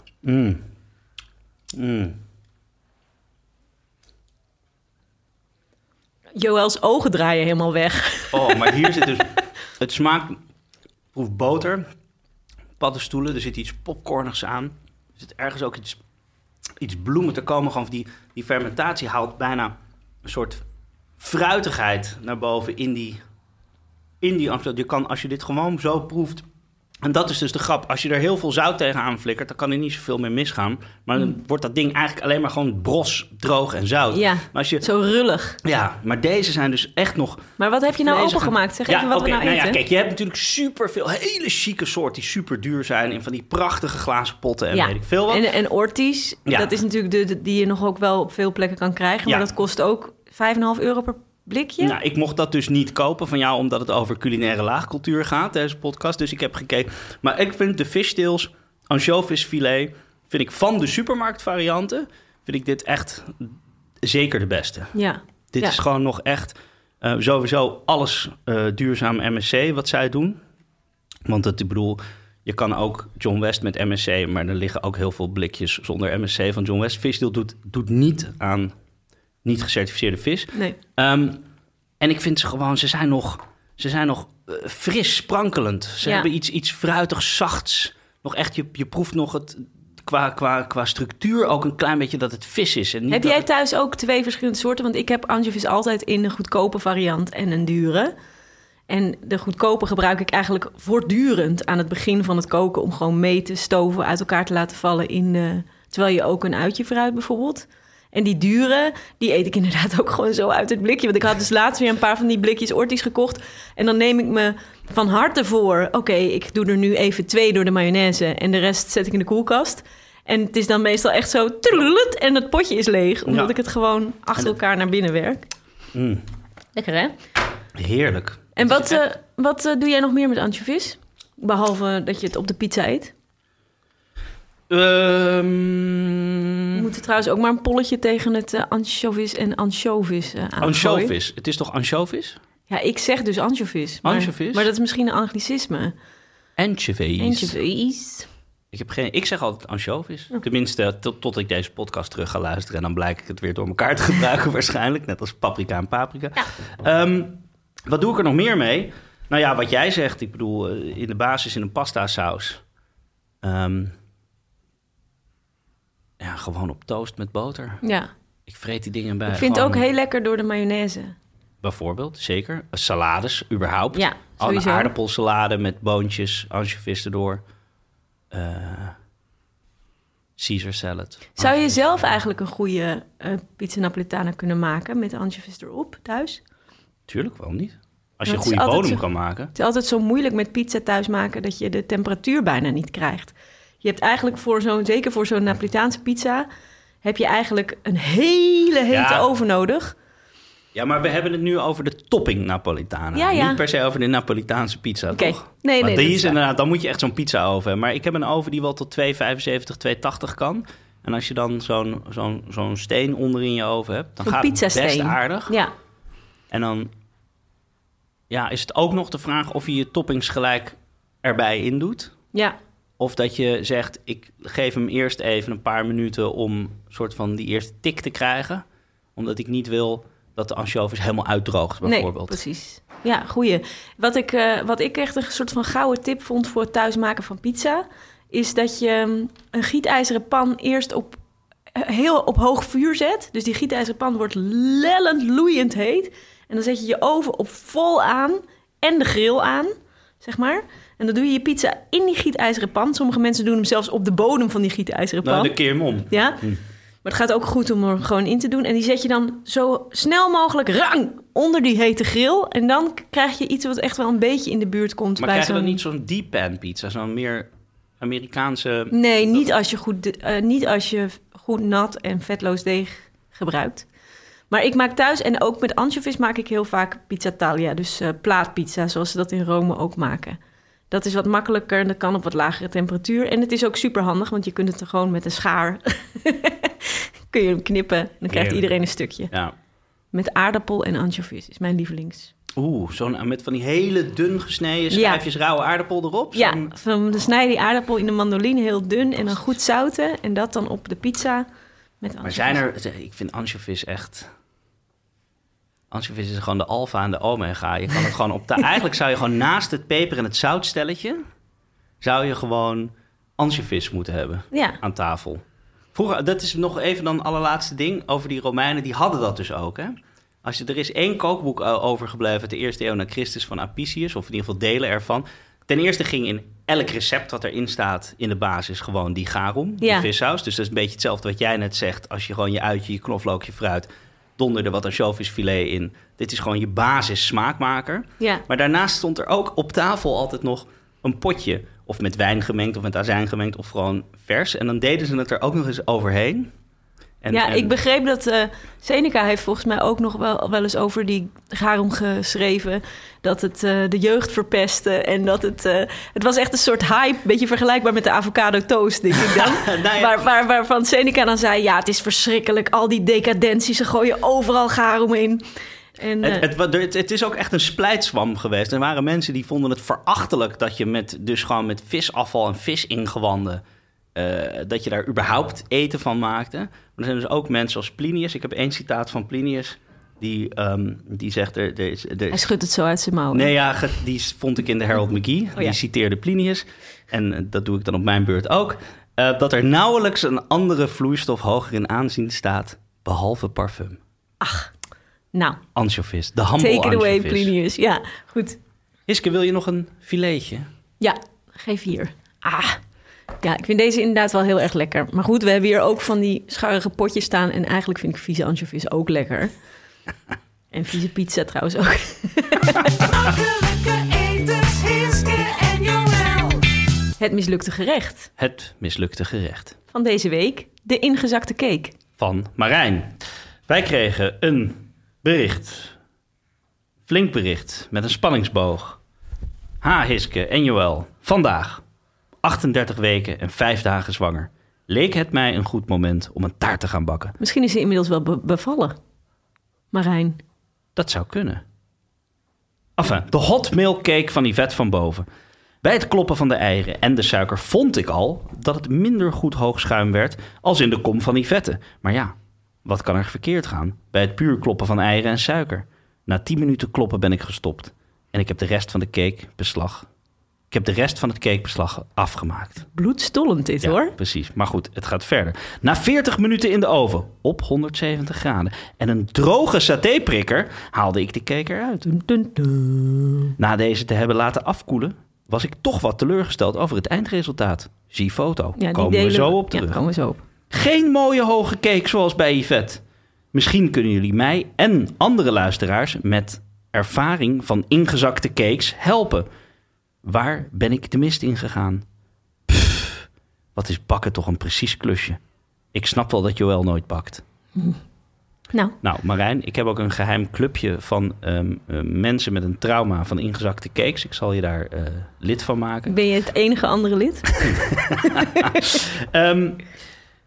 Joëls ogen draaien helemaal weg. Oh, maar hier zit dus... Het smaakt... Proef boter. Paddenstoelen. Er zit iets popcornigs aan. Er zit ergens ook iets bloemen te komen. Gewoon die fermentatie haalt bijna een soort fruitigheid naar boven in die Amstel. Je kan, als je dit gewoon zo proeft... En dat is dus de grap. Als je er heel veel zout tegenaan flikkert... dan kan er niet zoveel meer misgaan. Maar dan wordt dat ding eigenlijk alleen maar gewoon bros, droog en zout. Ja, maar als je, zo rullig. Ja, maar deze zijn dus echt nog... Maar wat heb je nou vlezig. opengemaakt? Zeg even wat we nou eten. Ja, kijk, je hebt natuurlijk superveel hele chique soorten... die super duur zijn in van die prachtige glazen potten en weet ik veel wat. En Ortiz, dat is natuurlijk die je nog ook wel op veel plekken kan krijgen. Maar dat kost ook €5,5 per blikje. Nou, ik mocht dat dus niet kopen van jou... omdat het over culinaire laagcultuur gaat, deze podcast. Dus ik heb gekeken. Maar ik vind de fishtails, ansjovisfilet... vind ik van de supermarktvarianten... vind ik dit echt zeker de beste. Ja. Dit is gewoon nog echt... sowieso alles duurzaam MSC wat zij doen. Want ik bedoel... Je kan ook John West met MSC... maar er liggen ook heel veel blikjes zonder MSC van John West. Fishtail doet niet aan... niet gecertificeerde vis. Nee. En ik vind ze zijn nog fris, sprankelend. Ze hebben iets fruitigs, zachts. Nog echt, je proeft nog het qua structuur ook een klein beetje dat het vis is. En niet heb jij thuis ook 2 verschillende soorten? Want ik heb anchovies altijd in een goedkope variant en een dure. En de goedkope gebruik ik eigenlijk voortdurend aan het begin van het koken... om gewoon mee te stoven, uit elkaar te laten vallen terwijl je ook een uitje vooruit bijvoorbeeld... En die dure, die eet ik inderdaad ook gewoon zo uit het blikje. Want ik had dus laatst weer een paar van die blikjes Ortiz gekocht. En dan neem ik me van harte voor... Oké, ik doe er nu even 2 door de mayonaise... en de rest zet ik in de koelkast. En het is dan meestal echt zo... en het potje is leeg. Omdat ik het gewoon achter elkaar naar binnen werk. Lekker, hè? Heerlijk. En wat doe jij nog meer met anchovies? Behalve dat je het op de pizza eet? We moeten trouwens ook maar een polletje tegen het anchovies en anchovies aangooien. Anchovies? Het is toch anchovies? Ja, ik zeg dus anchovies. Anchovies? Maar dat is misschien een anglicisme. Anchovies. Ik zeg altijd anchovies. Oh. Tenminste, tot ik deze podcast terug ga luisteren... en dan blijk ik het weer door elkaar te gebruiken waarschijnlijk. Net als paprika en paprika. Ja. Wat doe ik er nog meer mee? Nou ja, wat jij zegt. Ik bedoel, in de basis in een pasta saus... Ja, gewoon op toast met boter. Ja. Ik vreet die dingen bij. Ik vind het ook heel lekker door de mayonaise. Bijvoorbeeld, zeker. Salades, überhaupt. Ja, sowieso. Een aardappelsalade met boontjes, anchovies erdoor. Caesar salad. Zou je zelf eigenlijk een goede pizza napoletana kunnen maken... met anchovies erop thuis? Tuurlijk, waarom niet? Als je een goede bodem kan maken. Het is altijd zo moeilijk met pizza thuis maken... dat je de temperatuur bijna niet krijgt. Je hebt eigenlijk zeker voor zo'n Napolitaanse pizza... heb je eigenlijk een hele hete oven nodig. Ja, maar we hebben het nu over de topping Napolitana. Ja. Niet per se over de Napolitaanse pizza, toch? Nee, die is inderdaad, dan moet je echt zo'n pizza oven hebben. Maar ik heb een oven die wel tot 275, 280 kan. En als je dan zo'n steen onder in je oven hebt... dan Zo'n gaat het best pizzasteen. aardig. Ja. En dan is het ook nog de vraag of je je toppings gelijk erbij in doet. Ja. Of dat je zegt, ik geef hem eerst even een paar minuten... om soort van die eerste tik te krijgen. Omdat ik niet wil dat de ansjovis helemaal uitdroogt, bijvoorbeeld. Nee, precies. Ja, goeie. Wat ik echt een soort van gouden tip vond voor het thuismaken van pizza... is dat je een gietijzeren pan eerst heel op hoog vuur zet. Dus die gietijzeren pan wordt lellend, loeiend heet. En dan zet je je oven op vol aan en de grill aan, zeg maar. En dan doe je je pizza in die gietijzeren pan. Sommige mensen doen hem zelfs op de bodem van die gietijzeren pan. Nou, dan keer je hem om. Ja, maar het gaat ook goed om er gewoon in te doen. En die zet je dan zo snel mogelijk onder die hete grill. En dan krijg je iets wat echt wel een beetje in de buurt komt. Maar bij krijg je dan niet zo'n deep pan pizza? Zo'n meer Amerikaanse... Nee, niet als je goed nat en vetloos deeg gebruikt. Maar ik maak thuis en ook met anchovies maak ik heel vaak pizza taglia. Dus plaatpizza, zoals ze dat in Rome ook maken. Dat is wat makkelijker en dat kan op wat lagere temperatuur. En het is ook super handig, want je kunt het er gewoon met een schaar... kun je hem knippen en dan krijgt iedereen een stukje. Ja. Met aardappel en anchovies is mijn lievelings. Met van die hele dun gesneden schijfjes rauwe aardappel erop? Ja, dan snij je die aardappel in de mandoline heel dun en dan goed zouten. En dat dan op de pizza met anchovies. Maar ik vind anchovies echt... Anchovies is gewoon de alfa en de omega. Je kan het gewoon eigenlijk zou je gewoon naast het peper- en het zoutstelletje... zou je gewoon anchovies moeten hebben aan tafel. Vroeger, dat is nog even dan allerlaatste ding over die Romeinen. Die hadden dat dus ook, hè? Er is 1 kookboek overgebleven uit de eerste eeuw na Christus van Apicius... of in ieder geval delen ervan. Ten eerste ging in elk recept wat erin staat in de basis gewoon die garum, die vissaus. Dus dat is een beetje hetzelfde wat jij net zegt. Als je gewoon je uitje, je knoflook, je fruit... donder er wat ansjovisfilet in. Dit is gewoon je basis smaakmaker. Ja. Maar daarnaast stond er ook op tafel altijd nog een potje... of met wijn gemengd of met azijn gemengd of gewoon vers. En dan deden ze het er ook nog eens overheen. Ik begreep dat Seneca heeft volgens mij ook nog wel eens over die garum geschreven... dat het de jeugd verpestte en dat het was echt een soort hype... een beetje vergelijkbaar met de avocado toast, denk ik dan. Waarvan Seneca dan zei, ja, het is verschrikkelijk... al die decadentie, ze gooien overal garum in... En, het is ook echt een splijtswam geweest. Er waren mensen die vonden het verachtelijk... dat je met visafval en visingewanden... dat je daar überhaupt eten van maakte. Maar er zijn dus ook mensen als Plinius. Ik heb 1 citaat van Plinius... die zegt... Hij schudt het zo uit zijn mouwen. Nee, ja, die vond ik in de Harold McGee. Die citeerde Plinius. En dat doe ik dan op mijn beurt ook. Dat er nauwelijks een andere vloeistof hoger in aanzien staat... behalve parfum. Ach, nou. Anchovies, de humble anchovies. Take it away, Plinius. Ja, goed. Hiske, wil je nog een filetje? Ja, geef hier. Ja, ik vind deze inderdaad wel heel erg lekker. Maar goed, we hebben hier ook van die scharrige potjes staan... en eigenlijk vind ik vieze anchovies ook lekker. En vieze pizza trouwens ook. Makkelijke etens, Hiske en Joël. Het mislukte gerecht. Het mislukte gerecht. Van deze week, de ingezakte cake. Van Marijn. Wij kregen een bericht. Flink bericht met een spanningsboog. Ha, Hiske en Joël. Vandaag, 38 weken en 5 dagen zwanger... leek het mij een goed moment om een taart te gaan bakken. Misschien is ze inmiddels wel bevallen. Marijn. Dat zou kunnen. Enfin, de hot milk cake van Yvette van Boven. Bij het kloppen van de eieren en de suiker vond ik al... dat het minder goed hoog schuim werd als in de kom van Yvette. Maar ja, wat kan er verkeerd gaan bij het puur kloppen van eieren en suiker? Na 10 minuten kloppen ben ik gestopt. En ik heb de rest van het cakebeslag afgemaakt. Bloedstollend dit, hoor. Precies. Maar goed, het gaat verder. Na 40 minuten in de oven, op 170 graden... en een droge satéprikker haalde ik de cake eruit. Na deze te hebben laten afkoelen... was ik toch wat teleurgesteld over het eindresultaat. Zie foto. Komen we zo op terug. Ja, komen we zo op. Geen mooie hoge cake zoals bij Yvette. Misschien kunnen jullie mij en andere luisteraars... met ervaring van ingezakte cakes helpen... Waar ben ik de mist in gegaan? Pff, wat is bakken toch een precies klusje. Ik snap wel dat Joël nooit bakt. Nou, Marijn, ik heb ook een geheim clubje van mensen met een trauma van ingezakte cakes. Ik zal je daar lid van maken. Ben je het enige andere lid?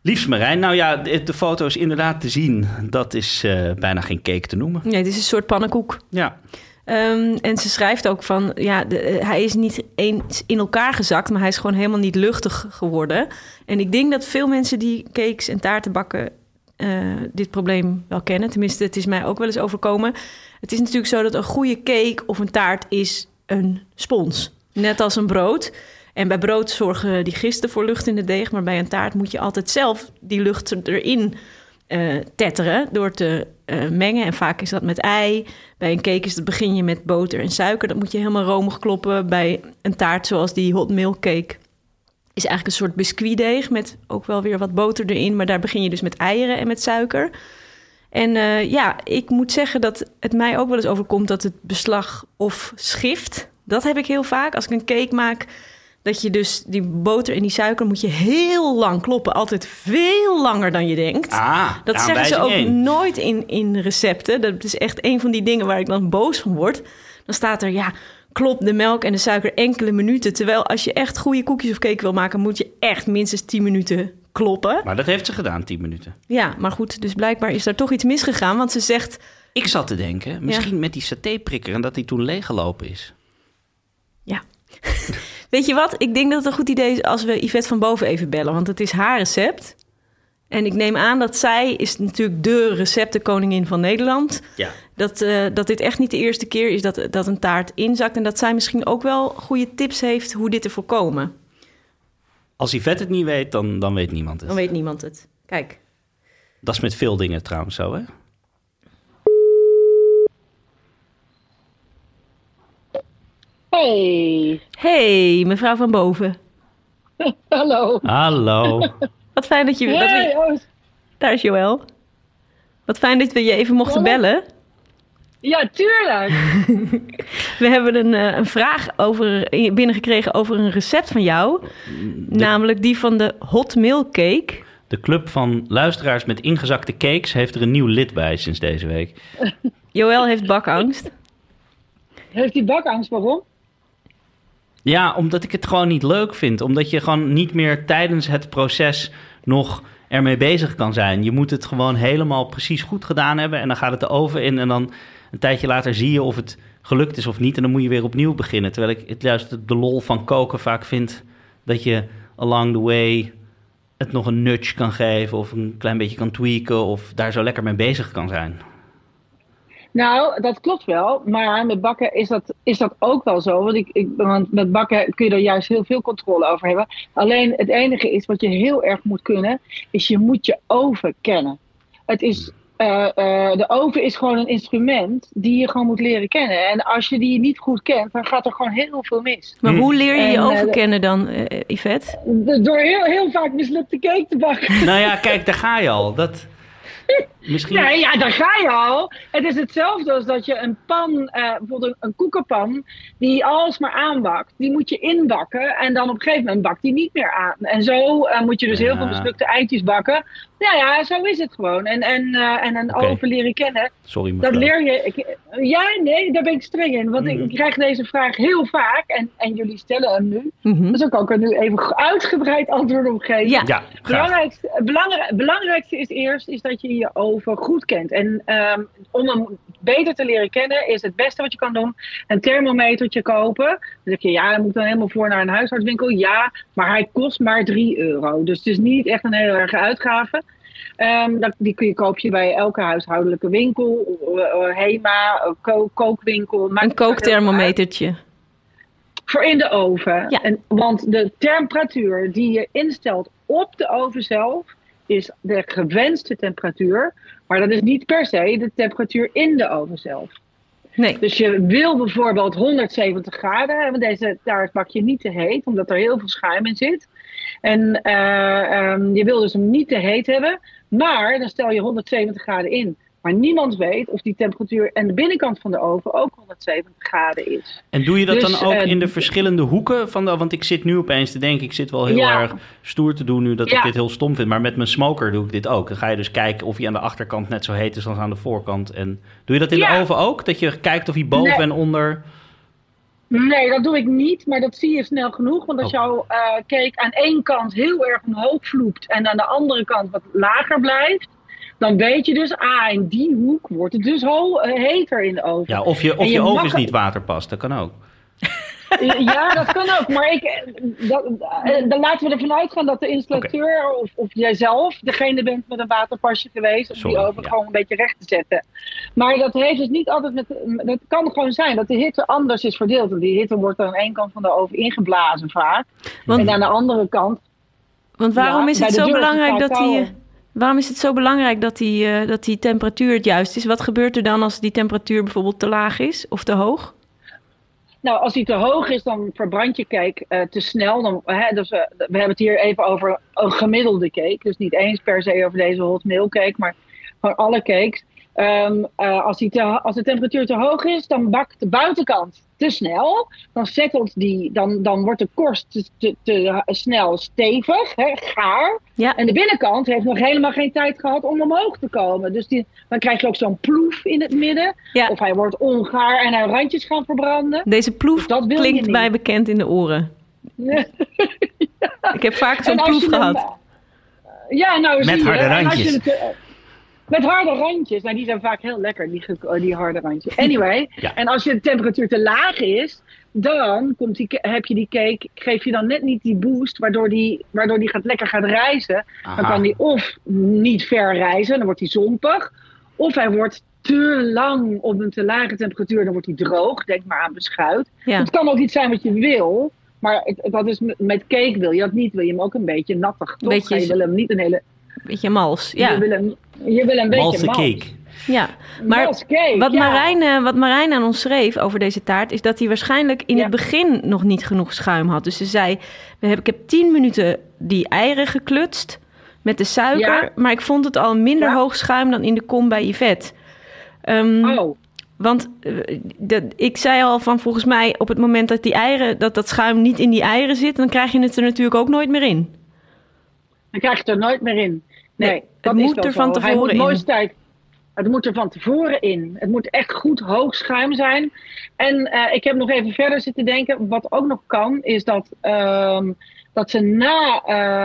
Liefst Marijn, nou ja, de foto is inderdaad te zien. Dat is bijna geen cake te noemen. Nee, het is een soort pannenkoek. Ja. En ze schrijft ook van, hij is niet eens in elkaar gezakt, maar hij is gewoon helemaal niet luchtig geworden. En ik denk dat veel mensen die cakes en taarten bakken dit probleem wel kennen. Tenminste, het is mij ook wel eens overkomen. Het is natuurlijk zo dat een goede cake of een taart is een spons. Net als een brood. En bij brood zorgen die gisten voor lucht in de deeg, maar bij een taart moet je altijd zelf die lucht erin tetteren door te mengen. En vaak is dat met ei. Bij een cake begin je met boter en suiker. Dat moet je helemaal romig kloppen. Bij een taart zoals die hot milk cake is eigenlijk een soort biscuitdeeg met ook wel weer wat boter erin. Maar daar begin je dus met eieren en met suiker. En ik moet zeggen dat het mij ook wel eens overkomt dat het beslag of schift. Dat heb ik heel vaak. Als ik een cake maak, dat je dus die boter en die suiker moet je heel lang kloppen. Altijd veel langer dan je denkt. Dat zeggen ze ook nooit in recepten. Dat is echt een van die dingen waar ik dan boos van word. Dan staat er, klop de melk en de suiker enkele minuten. Terwijl als je echt goede koekjes of cake wil maken, moet je echt minstens 10 minuten kloppen. Maar dat heeft ze gedaan, 10 minuten. Ja, maar goed, dus blijkbaar is daar toch iets misgegaan. Want ze zegt... Ik zat te denken, misschien met die satéprikker en dat die toen leeggelopen is. Ja. Weet je wat? Ik denk dat het een goed idee is als we Yvette van Boven even bellen. Want het is haar recept. En ik neem aan dat zij is natuurlijk de receptenkoningin van Nederland. Ja. Dat dit echt niet de eerste keer is dat een taart inzakt. En dat zij misschien ook wel goede tips heeft hoe dit te voorkomen. Als Yvette het niet weet, dan weet niemand het. Dan weet niemand het. Kijk. Dat is met veel dingen trouwens zo, hè? Hey, mevrouw van Boven. Hallo. Wat fijn dat je... Daar is Joël. Wat fijn dat we je even mochten bellen. Ja, tuurlijk. We hebben een vraag binnengekregen over een recept van jou. Namelijk die van de hot milk cake. De club van luisteraars met ingezakte cakes heeft er een nieuw lid bij sinds deze week. Joël heeft bakangst. Heeft hij bakangst? Waarom? Ja, omdat ik het gewoon niet leuk vind. Omdat je gewoon niet meer tijdens het proces nog ermee bezig kan zijn. Je moet het gewoon helemaal precies goed gedaan hebben. En dan gaat het de oven in. En dan een tijdje later zie je of het gelukt is of niet. En dan moet je weer opnieuw beginnen. Terwijl ik het juist de lol van koken vaak vind dat je along the way het nog een nudge kan geven. Of een klein beetje kan tweaken. Of daar zo lekker mee bezig kan zijn. Nou, dat klopt wel. Maar met bakken is dat ook wel zo. Want met bakken kun je er juist heel veel controle over hebben. Alleen het enige is wat je heel erg moet kunnen, is je moet je oven kennen. Het is, de oven is gewoon een instrument die je gewoon moet leren kennen. En als je die niet goed kent, dan gaat er gewoon heel veel mis. Maar hoe leer je oven kennen dan, Yvette? Door heel vaak mislukte cake te bakken. Nou ja, kijk, daar ga je al. Misschien... Nee, ja, daar ga je al. Het is hetzelfde als dat je een pan, bijvoorbeeld een koekenpan, die alsmaar aanbakt, die moet je inbakken en dan op een gegeven moment bakt die niet meer aan. En zo moet je dus heel veel mislukte eitjes bakken. Ja, zo is het gewoon. En een oven leren kennen. Sorry, mevrouw. Dat leer je. Nee, daar ben ik streng in. Want ik krijg deze vraag heel vaak en jullie stellen hem nu. Mm-hmm. Dus ik kan er nu even uitgebreid antwoord op geven. Ja, belangrijkste is eerst dat je je oven goed kent. En om hem beter te leren kennen is het beste wat je kan doen een thermometertje kopen. Dan zeg je, je moet dan helemaal voor naar een huisartswinkel. Ja, maar hij kost maar €3. Dus het is niet echt een hele erge uitgave. Die koop je bij elke huishoudelijke winkel, HEMA, kookwinkel. Een kookthermometertje. Voor in de oven. Ja. Want de temperatuur die je instelt op de oven zelf is de gewenste temperatuur. Maar dat is niet per se de temperatuur in de oven zelf. Nee. Dus je wil bijvoorbeeld 170 graden hebben. Deze taart bak je niet te heet, omdat er heel veel schuim in zit. En je wil dus hem niet te heet hebben. Maar dan stel je 170 graden in. Maar niemand weet of die temperatuur en de binnenkant van de oven ook 170 graden is. En doe je dat dan ook in de verschillende hoeken van de... Want ik zit nu opeens te denken, ik zit wel heel erg stoer te doen nu dat ik dit heel stom vind. Maar met mijn smoker doe ik dit ook. Dan ga je dus kijken of hij aan de achterkant net zo heet is als aan de voorkant. En doe je dat in de oven ook? Dat je kijkt of hij boven en onder... Nee, dat doe ik niet, maar dat zie je snel genoeg. Want als jouw cake aan één kant heel erg omhoog vloept en aan de andere kant wat lager blijft, dan weet je dus, in die hoek wordt het dus heter in de oven. Ja, of je oven is niet waterpast, dat kan ook. Ja, dat kan ook. Maar dan laten we ervan uitgaan dat de installateur of jijzelf degene bent met een waterpasje geweest om die oven gewoon een beetje recht te zetten. Maar dat heeft dus niet altijd dat kan gewoon zijn dat de hitte anders is verdeeld. Want die hitte wordt aan één kant van de oven ingeblazen vaak. En aan de andere kant. Want waarom is het zo belangrijk waarom is het zo belangrijk dat die temperatuur het juist is? Wat gebeurt er dan als die temperatuur bijvoorbeeld te laag is of te hoog? Nou, als die te hoog is, dan verbrandt je cake te snel. Dus, we hebben het hier even over een gemiddelde cake. Dus niet eens per se over deze hot milk cake, maar gewoon alle cakes. Als de temperatuur te hoog is, dan bakt de buitenkant te snel. Dan settelt dan wordt de korst te snel stevig, gaar. Ja. En de binnenkant heeft nog helemaal geen tijd gehad om omhoog te komen. Dus dan krijg je ook zo'n ploef in het midden. Ja. Of hij wordt ongaar en hij randjes gaan verbranden. Deze ploef klinkt mij bekend in de oren. Ja. Ik heb vaak zo'n ploef gehad. Met harde randjes. Met harde randjes. Nou, die zijn vaak heel lekker, die harde randjes. Anyway, en als de temperatuur te laag is, dan geef je dan net niet die boost, waardoor die lekker gaat rijzen. Aha. Dan kan die of niet ver rijzen, dan wordt hij zompig. Of hij wordt te lang op een te lage temperatuur, dan wordt hij droog. Denk maar aan beschuit. Ja. Het kan ook iets zijn wat je wil, maar dat is met cake wil je dat niet. Wil je hem ook een beetje nattig, toch? Je wil hem niet een hele... Beetje mals, ja. Je wil een beetje malse cake. Ja, maar wat Marijn aan ons schreef over deze taart is dat hij waarschijnlijk in het begin nog niet genoeg schuim had. Dus ze zei, ik heb 10 minuten die eieren geklutst met de suiker, maar ik vond het al minder hoog schuim dan in de kom bij Yvette. Want ik zei al van volgens mij op het moment dat die eieren, dat schuim niet in die eieren zit, dan krijg je het er natuurlijk ook nooit meer in. Dan krijg je het er nooit meer in. Nee, het moet er van tevoren in. Het moet er van tevoren in. Het moet echt goed hoog schuim zijn. En ik heb nog even verder zitten denken. Wat ook nog kan, is dat ze na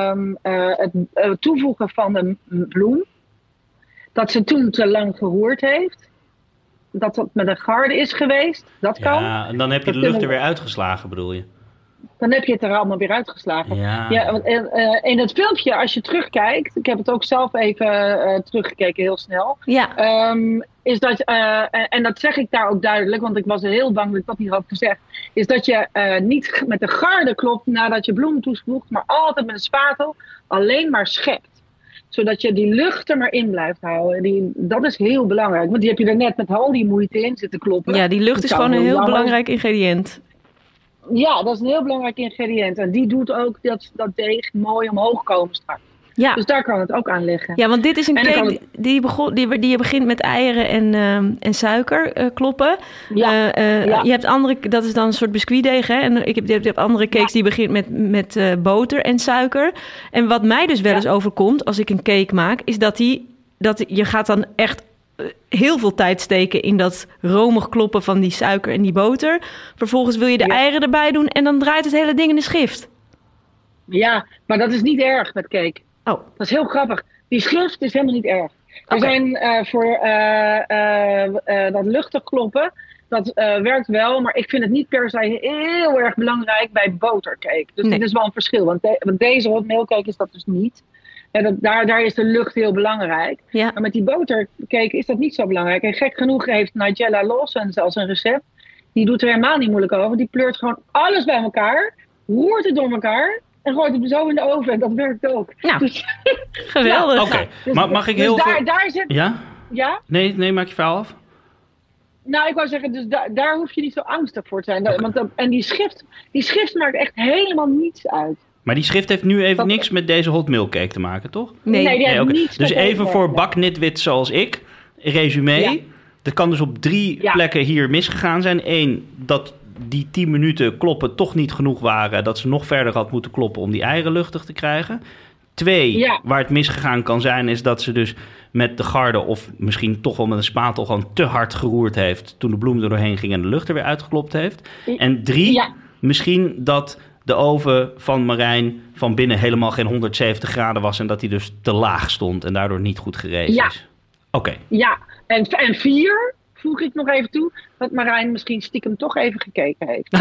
het toevoegen van de bloem, dat ze toen te lang geroerd heeft. Dat met een garde is geweest. Dat kan. Ja, en dan heb je de lucht er weer uitgeslagen, bedoel je? Dan heb je het er allemaal weer uitgeslagen. Ja. Want in het filmpje, als je terugkijkt, ik heb het ook zelf even teruggekeken heel snel. Ja. Is dat, en dat zeg ik daar ook duidelijk, want ik was heel bang dat ik dat niet had gezegd. Is dat je niet met de garde klopt nadat je bloem toevoegt, maar altijd met een spatel alleen maar schept. Zodat je die lucht er maar in blijft houden. Dat is heel belangrijk, want die heb je er net met al die moeite in zitten kloppen. Ja, die lucht is gewoon een heel belangrijk ingrediënt. Ja, dat is een heel belangrijk ingrediënt. En die doet ook dat deeg mooi omhoog komen straks. Ja. Dus daar kan het ook aan liggen. Ja, want dit is een cake die je begint met eieren en suiker kloppen. Ja. Je hebt andere, dat is dan een soort biscuitdeeg. Hè? En je hebt andere cakes die begint met boter en suiker. En wat mij dus wel eens overkomt als ik een cake maak, is dat je gaat dan echt heel veel tijd steken in dat romig kloppen van die suiker en die boter. Vervolgens wil je de eieren erbij doen en dan draait het hele ding in de schrift. Ja, maar dat is niet erg met cake. Oh. Dat is heel grappig. Die schrift is helemaal niet erg. Er zijn voor dat luchtig kloppen, dat werkt wel, maar ik vind het niet per se heel erg belangrijk bij botercake. Dus dit is wel een verschil, want deze hot milk cake is dat dus niet. Ja, daar is de lucht heel belangrijk. Ja. Maar met die botercake is dat niet zo belangrijk. En gek genoeg heeft Nigella Lawson zelfs een recept. Die doet er helemaal niet moeilijk over. Die pleurt gewoon alles bij elkaar. Roert het door elkaar. En gooit het zo in de oven. En dat werkt ook. Ja, dus, geweldig. Oké, mag ik heel veel... Daar zit... Ja? Ja? Nee, maak je verhaal af. Nou, ik wou zeggen, dus daar hoef je niet zo angstig voor te zijn. En die schrift maakt echt helemaal niets uit. Maar die schrift heeft nu even niks met deze hot milk cake te maken, toch? Nee, die heeft niets. Dus even voor baknitwit zoals ik, resume. Ja. Dat kan dus op 3 plekken hier misgegaan zijn. 1, dat die 10 minuten kloppen toch niet genoeg waren. Dat ze nog verder had moeten kloppen om die eieren luchtig te krijgen. 2, waar het misgegaan kan zijn, is dat ze dus met de garde of misschien toch wel met een spatel gewoon te hard geroerd heeft toen de bloem er doorheen ging en de lucht er weer uitgeklopt heeft. En 3, misschien dat de oven van Marijn van binnen helemaal geen 170 graden was en dat hij dus te laag stond en daardoor niet goed gerezen is. Oké. Ja, en 4, voeg ik nog even toe, dat Marijn misschien stiekem toch even gekeken heeft.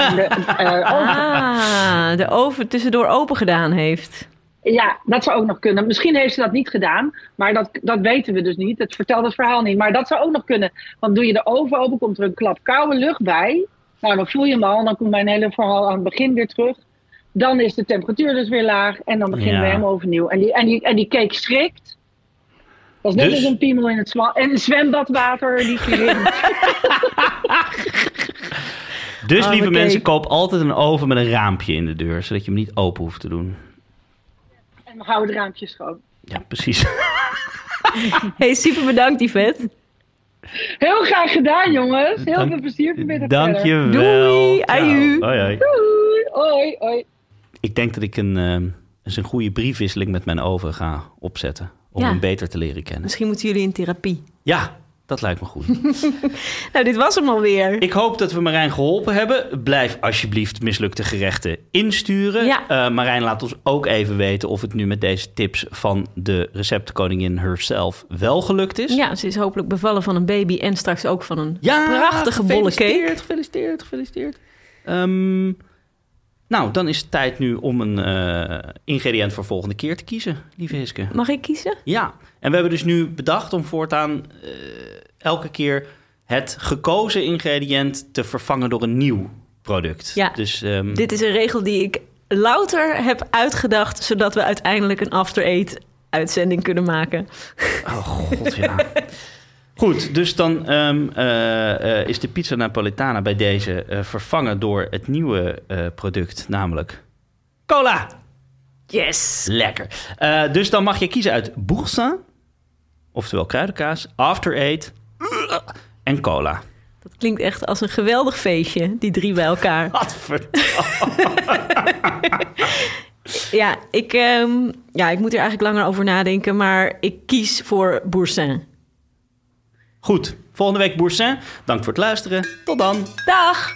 De oven tussendoor open gedaan heeft. Ja, dat zou ook nog kunnen. Misschien heeft ze dat niet gedaan, maar dat weten we dus niet. Het vertelt het verhaal niet, maar dat zou ook nog kunnen. Want doe je de oven open, komt er een klap koude lucht bij. Nou, dan voel je hem al en dan komt mijn hele verhaal aan het begin weer terug. Dan is de temperatuur dus weer laag en dan beginnen we hem overnieuw. En die cake schrikt. Dat is net als een piemel in het zwembadwater. Die Dus lieve mensen, koop altijd een oven met een raampje in de deur, zodat je hem niet open hoeft te doen. En we houden het raampje schoon. Ja, precies. Hey, super bedankt, Yvette. Heel graag gedaan, jongens. Heel veel plezier vanmiddag. Dank je wel. Doei. Aju. Hoi. Doei. Hoi. Ik denk dat ik eens een goede briefwisseling met mijn oven ga opzetten. Om hem beter te leren kennen. Misschien moeten jullie in therapie. Ja, dat lijkt me goed. Nou, dit was hem alweer. Ik hoop dat we Marijn geholpen hebben. Blijf alsjeblieft mislukte gerechten insturen. Ja. Marijn, laat ons ook even weten of het nu met deze tips van de receptenkoningin herself wel gelukt is. Ja, ze is hopelijk bevallen van een baby en straks ook van een prachtige bolle cake. Gefeliciteerd. Nou, dan is het tijd nu om een ingrediënt voor volgende keer te kiezen, lieve Hiske. Mag ik kiezen? Ja, en we hebben dus nu bedacht om voortaan elke keer het gekozen ingrediënt te vervangen door een nieuw product. Ja, dus, dit is een regel die ik louter heb uitgedacht, zodat we uiteindelijk een After Eight uitzending kunnen maken. Oh god, ja. Goed, dus dan is de pizza Napoletana bij deze vervangen door het nieuwe product, namelijk cola. Yes. Lekker. Dus dan mag je kiezen uit boursin, oftewel kruidenkaas, After Eight en cola. Dat klinkt echt als een geweldig feestje, die 3 bij elkaar. Wat verdomme. Ik moet er eigenlijk langer over nadenken, maar ik kies voor boursin. Goed, volgende week boursin. Dank voor het luisteren. Tot dan. Dag.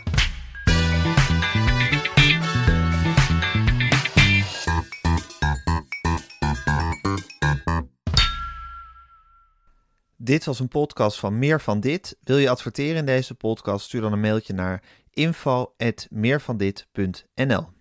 Dit was een podcast van Meer van Dit. Wil je adverteren in deze podcast? Stuur dan een mailtje naar info@meervandit.nl.